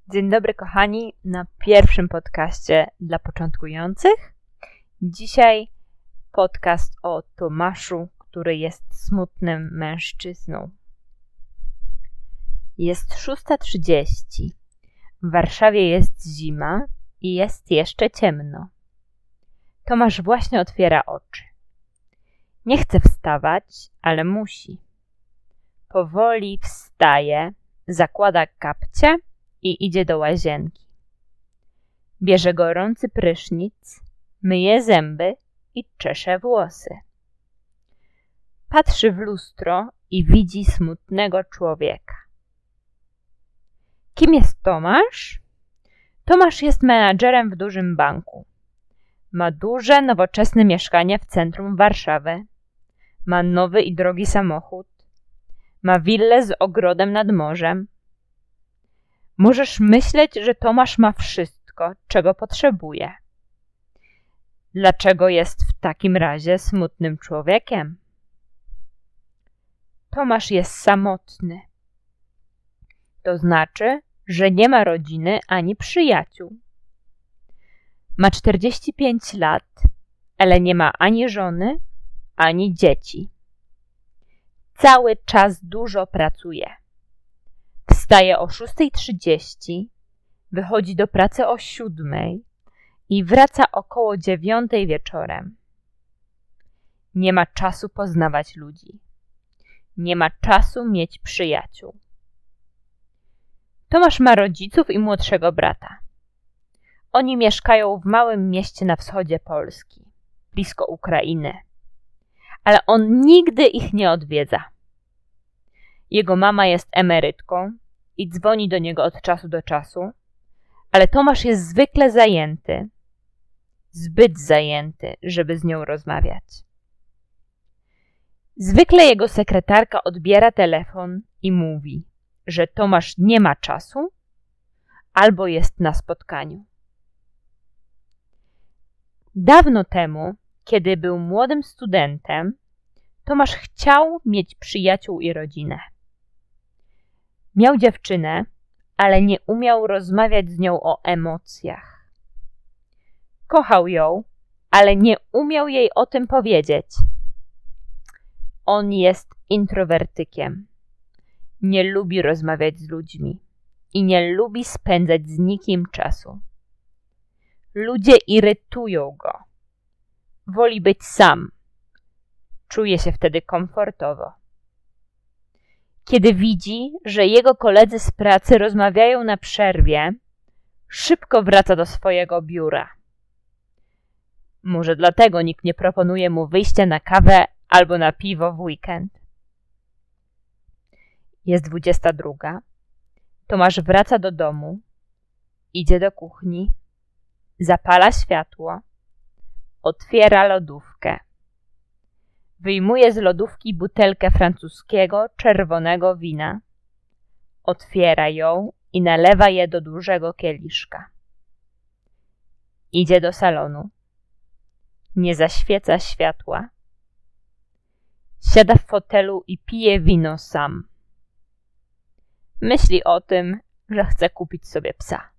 Dzień dobry kochani, na pierwszym podcaście dla początkujących. Dzisiaj podcast o Tomaszu, który jest smutnym mężczyzną. Jest 6:30. W Warszawie jest zima i jest jeszcze ciemno. Tomasz właśnie otwiera oczy. Nie chce wstawać, ale musi. Powoli wstaje, zakłada kapcie i idzie do łazienki. Bierze gorący prysznic, myje zęby i czesze włosy. Patrzy w lustro i widzi smutnego człowieka. Kim jest Tomasz? Tomasz jest menadżerem w dużym banku. Ma duże, nowoczesne mieszkanie w centrum Warszawy. Ma nowy i drogi samochód. Ma willę z ogrodem nad morzem. Możesz myśleć, że Tomasz ma wszystko, czego potrzebuje. Dlaczego jest w takim razie smutnym człowiekiem? Tomasz jest samotny. To znaczy, że nie ma rodziny ani przyjaciół. Ma 45 lat, ale nie ma ani żony, ani dzieci. Cały czas dużo pracuje. Wstaje o 6:30, wychodzi do pracy o 7:00 i wraca około 9:00 wieczorem. Nie ma czasu poznawać ludzi. Nie ma czasu mieć przyjaciół. Tomasz ma rodziców i młodszego brata. Oni mieszkają w małym mieście na wschodzie Polski, blisko Ukrainy. Ale on nigdy ich nie odwiedza. Jego mama jest emerytką i dzwoni do niego od czasu do czasu, ale Tomasz jest zwykle zajęty, zbyt zajęty, żeby z nią rozmawiać. Zwykle jego sekretarka odbiera telefon i mówi, że Tomasz nie ma czasu albo jest na spotkaniu. Dawno temu, kiedy był młodym studentem, Tomasz chciał mieć przyjaciół i rodzinę. Miał dziewczynę, ale nie umiał rozmawiać z nią o emocjach. Kochał ją, ale nie umiał jej o tym powiedzieć. On jest introwertykiem. Nie lubi rozmawiać z ludźmi i nie lubi spędzać z nikim czasu. Ludzie irytują go. Woli być sam. Czuje się wtedy komfortowo. Kiedy widzi, że jego koledzy z pracy rozmawiają na przerwie, szybko wraca do swojego biura. Może dlatego nikt nie proponuje mu wyjścia na kawę albo na piwo w weekend. Jest 22:00. Tomasz wraca do domu, idzie do kuchni, zapala światło, otwiera lodówkę. Wyjmuje z lodówki butelkę francuskiego, czerwonego wina. Otwiera ją i nalewa je do dużego kieliszka. Idzie do salonu. Nie zaświeca światła. Siada w fotelu i pije wino sam. Myśli o tym, że chce kupić sobie psa.